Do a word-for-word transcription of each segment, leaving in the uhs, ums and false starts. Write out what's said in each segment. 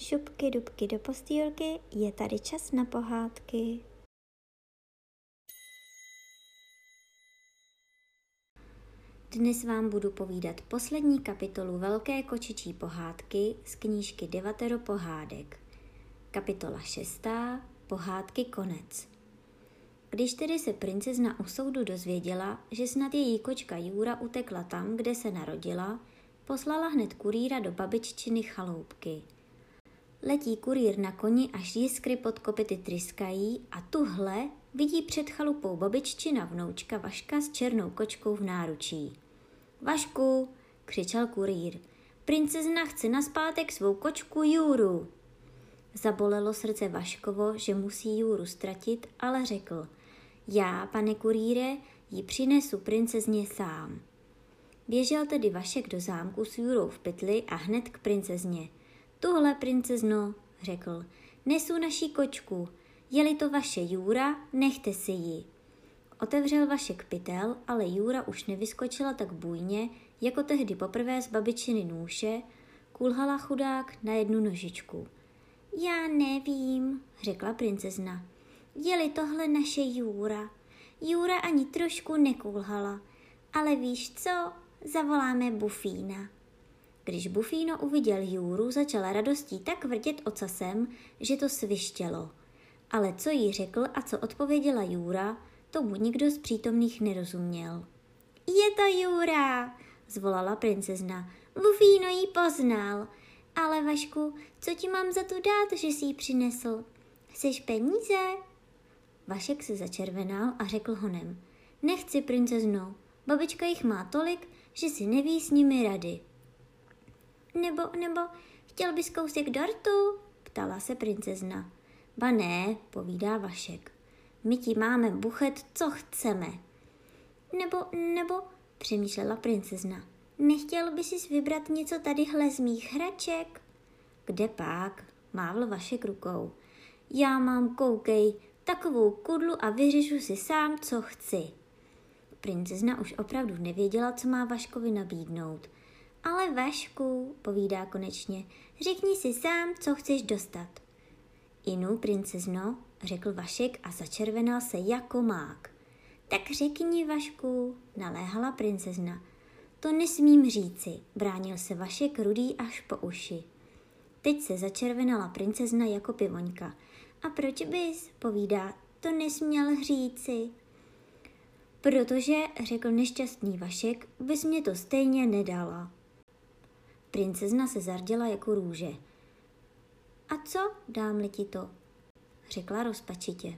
šupky dubky do postýlky, je tady čas na pohádky. Dnes vám budu povídat poslední kapitolu Velké kočičí pohádky z knížky Devatero pohádek. Kapitola šestá. Pohádky konec. Když tedy se princezna u soudu dozvěděla, že snad její kočka Jura utekla tam, kde se narodila, poslala hned kurýra do babiččiny chaloupky. Letí kurýr na koni, až jiskry pod kopyty tryskají a tuhle vidí před chalupou babiččina vnoučka Vaška s černou kočkou v náručí. Vašku, křičel kurýr, princezna chce nazpátek svou kočku Juru. Zabolelo srdce Vaškovo, že musí Juru ztratit, ale řekl, já, pane kurýre, ji přinesu princezně sám. Běžel tedy Vašek do zámku s Jurou v pytli a hned k princezně. Tuhle, princezno, řekl, nesu naší kočku, je-li to vaše Jura, nechte si ji. Otevřel Vašek pytel, ale Jura už nevyskočila tak bujně, jako tehdy poprvé z babičiny nůše, kulhala chudák na jednu nožičku. Já nevím, řekla princezna, je-li tohle naše Jura. Jura ani trošku nekulhala, ale víš co, zavoláme Bufína. Když Bufíno uviděl Juru, začal radostí tak vrtět ocasem, že to svištělo. Ale co jí řekl a co odpověděla Jura, tomu nikdo z přítomných nerozuměl. Je to Jura, zvolala princezna. Bufíno jí poznal. Ale Vašku, co ti mám za to dát, že jsi jí přinesl? Chceš peníze? Vašek se začervenal a řekl honem. Nechci, princezno, babička jich má tolik, že si neví s nimi rady. Nebo, nebo, chtěl bys kousek dortu? Ptala se princezna. Ba ne, povídá Vašek. My ti máme buchet, co chceme. Nebo, nebo, přemýšlela princezna. Nechtěl by sis vybrat něco tadyhle z mých hraček? Kde pak? Mávl Vašek rukou. Já mám, koukej, takovou kudlu a vyřešu si sám, co chci. Princezna už opravdu nevěděla, co má Vaškovi nabídnout. Ale Vašku, povídá konečně, řekni si sám, co chceš dostat. Inu, princezno, řekl Vašek a začervenal se jako mák. Tak řekni, Vašku, naléhala princezna. To nesmím říci, bránil se Vašek rudý až po uši. Teď se začervenala princezna jako pivoňka. A proč bys, povídá, to nesměl říci? Protože, řekl nešťastný Vašek, bys mě to stejně nedala. Princezna se zarděla jako růže. A co, dám-li ti to? Řekla rozpačitě.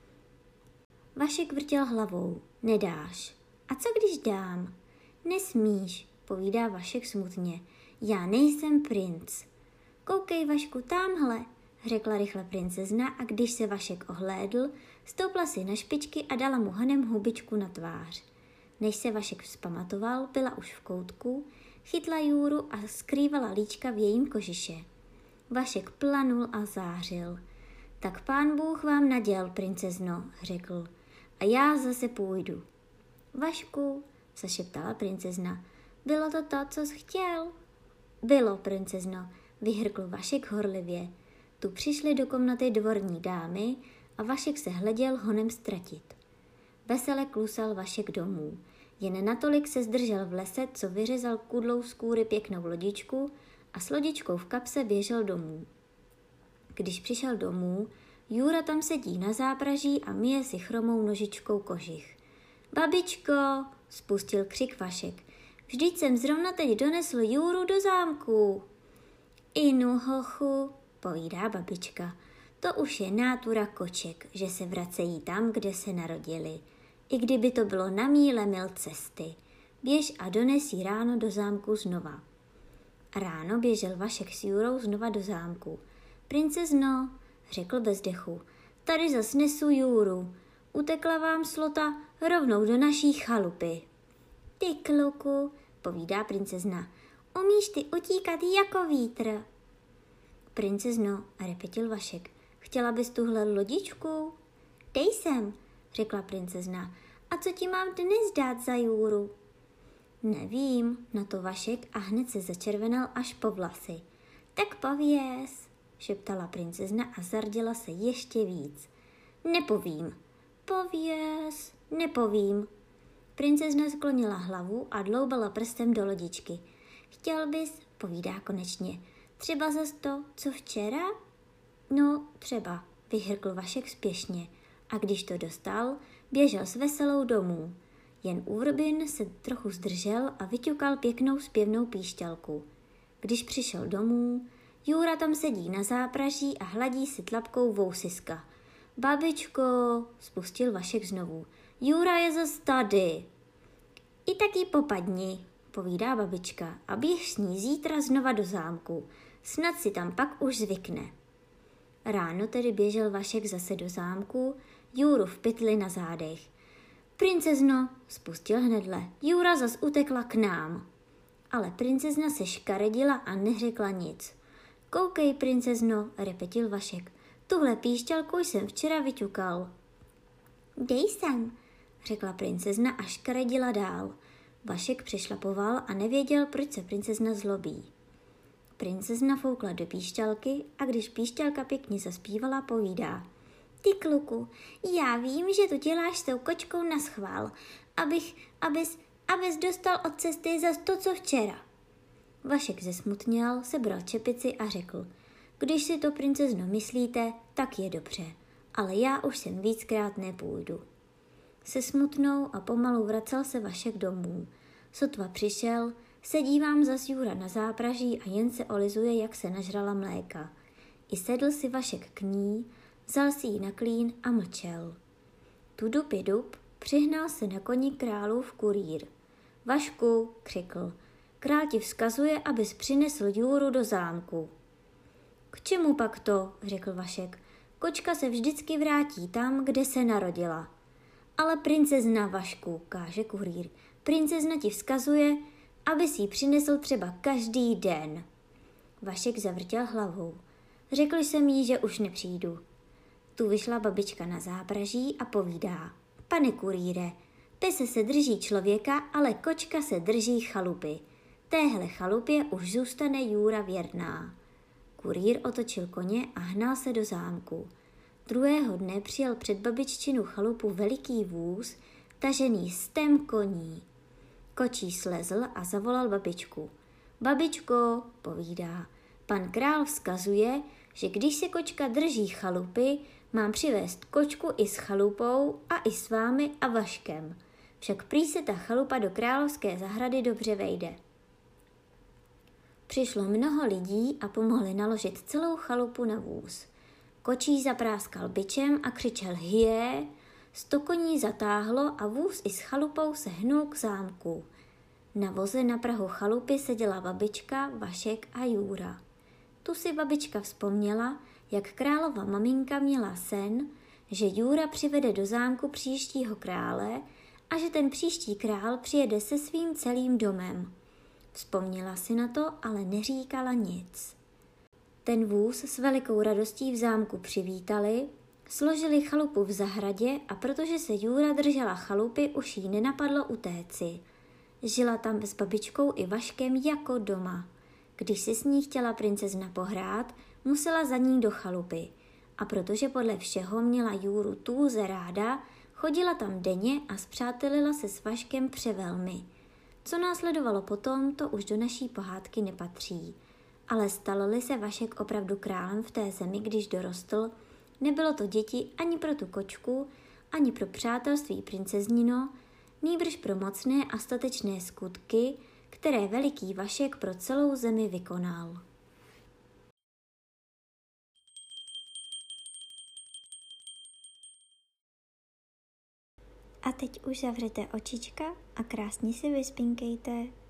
Vašek vrtěl hlavou. Nedáš. A co když dám? Nesmíš, povídá Vašek smutně. Já nejsem princ. Koukej, Vašku, támhle, řekla rychle princezna a když se Vašek ohlédl, stoupla si na špičky a dala mu hanem hubičku na tvář. Než se Vašek vzpamatoval, byla už v koutku, chytla Juru a skrývala líčka v jejím kožiše. Vašek planul a zářil. Tak pán Bůh vám naděl, princezno, řekl, a já zase půjdu. Vašku, zašeptala princezna, bylo to to, co jsi chtěl? Bylo, princezno, vyhrkl Vašek horlivě. Tu přišly do komnaty dvorní dámy a Vašek se hleděl honem ztratit. Vesele klusal Vašek domů, jen natolik se zdržel v lese, co vyřezal kudlou z kůry pěknou lodičku a s lodičkou v kapse běžel domů. Když přišel domů, Jura tam sedí na zápraží a myje si chromou nožičkou kožich. Babičko, spustil křik Vašek, vždyť jsem zrovna teď donesl Juru do zámku. Inu, hochu, povídá babička, to už je nátura koček, že se vracejí tam, kde se narodili. I kdyby to bylo na míle mil cesty. Běž a dones jí ráno do zámku znova. A ráno běžel Vašek s Jurou znova do zámku. Princezno, řekl bez dechu, tady zas nesu Juru. Utekla vám slota rovnou do naší chalupy. Ty kluku, povídá princezna, umíš ty utíkat jako vítr. Princezno, repetil Vašek, chtěla bys tuhle lodičku? Dej sem, řekla princezna, a co ti mám dnes dát za Juru? Nevím, na to Vašek a hned se začervenal až po vlasy. Tak pověz, šeptala princezna a zardila se ještě víc. Nepovím. Pověz, nepovím. Princezna sklonila hlavu a dloubala prstem do lodičky. Chtěl bys, povídá konečně, třeba zas to, co včera? No, třeba, vyhrkl Vašek spěšně a když to dostal, běžel s veselou domů. Jen u vrbin se trochu zdržel a vyťukal pěknou zpěvnou píšťalku. Když přišel domů, Jura tam sedí na zápraží a hladí si tlapkou vousiska. Babičko, spustil Vašek znovu, Jura je zas tady. I taky popadni, povídá babička, a běž s ní zítra znova do zámku. Snad si tam pak už zvykne. Ráno tedy běžel Vašek zase do zámku, Juru v pytli na zádech. Princezno, spustil hnedle, Jura zas utekla k nám. Ale princezna se škaredila a neřekla nic. Koukej, princezno, repetil Vašek, tuhle píšťalku jsem včera vyťukal. Dej sem, řekla princezna a škaredila dál. Vašek přešlapoval a nevěděl, proč se princezna zlobí. Princezna foukla do píšťalky a když píšťalka pěkně zaspívala, povídá. Ty kluku, já vím, že to děláš s tou kočkou naschvál, abych, abys, abys dostal od cesty zas to, co včera. Vašek zesmutněl, sebral čepici a řekl, když si to, princezno, myslíte, tak je dobře, ale já už sem víckrát nepůjdu. Se smutnou a pomalu vracel se Vašek domů. Sotva přišel, sedí vám zas Jura na zápraží a jen se olizuje, jak se nažrala mléka. I sedl si Vašek k ní, vzal si ji na klín a mlčel. Tudup je dub, přihnal se na koni králův kurýr. Vašku, křikl, král ti vzkazuje, abys přinesl Juru do zámku. K čemu pak to, řekl Vašek, kočka se vždycky vrátí tam, kde se narodila. Ale princezna, Vašku, káže kurýr, princezna ti vzkazuje, abys ji přinesl třeba každý den. Vašek zavrtěl hlavou. Řekl jsem jí, že už nepřijdu. Tu vyšla babička na zápraží a povídá. Pane kurýre, pes se drží člověka, ale kočka se drží chalupy. Téhle chalupě už zůstane Jura věrná. Kurýr otočil koně a hnal se do zámku. Druhého dne přijel před babiččinu chalupu veliký vůz, tažený stem koní. Kočí slezl a zavolal babičku. Babičko, povídá, pan král vzkazuje, že když se kočka drží chalupy, mám přivést kočku i s chalupou a i s vámi a Vaškem. Však prý se ta chalupa do královské zahrady dobře vejde. Přišlo mnoho lidí a pomohli naložit celou chalupu na vůz. Kočí zapráskal bičem a křičel hije, sto koní zatáhlo a vůz i s chalupou se hnul k zámku. Na voze na prahu chalupy seděla babička, Vašek a Jura. Tu si babička vzpomněla, jak králova maminka měla sen, že Jura přivede do zámku příštího krále a že ten příští král přijede se svým celým domem. Vzpomněla si na to, ale neříkala nic. Ten vůz s velikou radostí v zámku přivítali, složili chalupu v zahradě a protože se Jura držela chalupy, už jí nenapadlo utéci. Žila tam s babičkou i Vaškem jako doma. Když si s ní chtěla princezna pohrát, musela za ní do chalupy. A protože podle všeho měla Juru tůze ráda, chodila tam denně a spřátelila se s Vaškem převelmi. Co následovalo potom, to už do naší pohádky nepatří. Ale stalo-li se Vašek opravdu králem v té zemi, když dorostl, nebylo to děti ani pro tu kočku, ani pro přátelství princeznino, nýbrž pro mocné a statečné skutky, které veliký Vašek pro celou zemi vykonal. A teď už zavřete očička a krásně si vyspinkejte.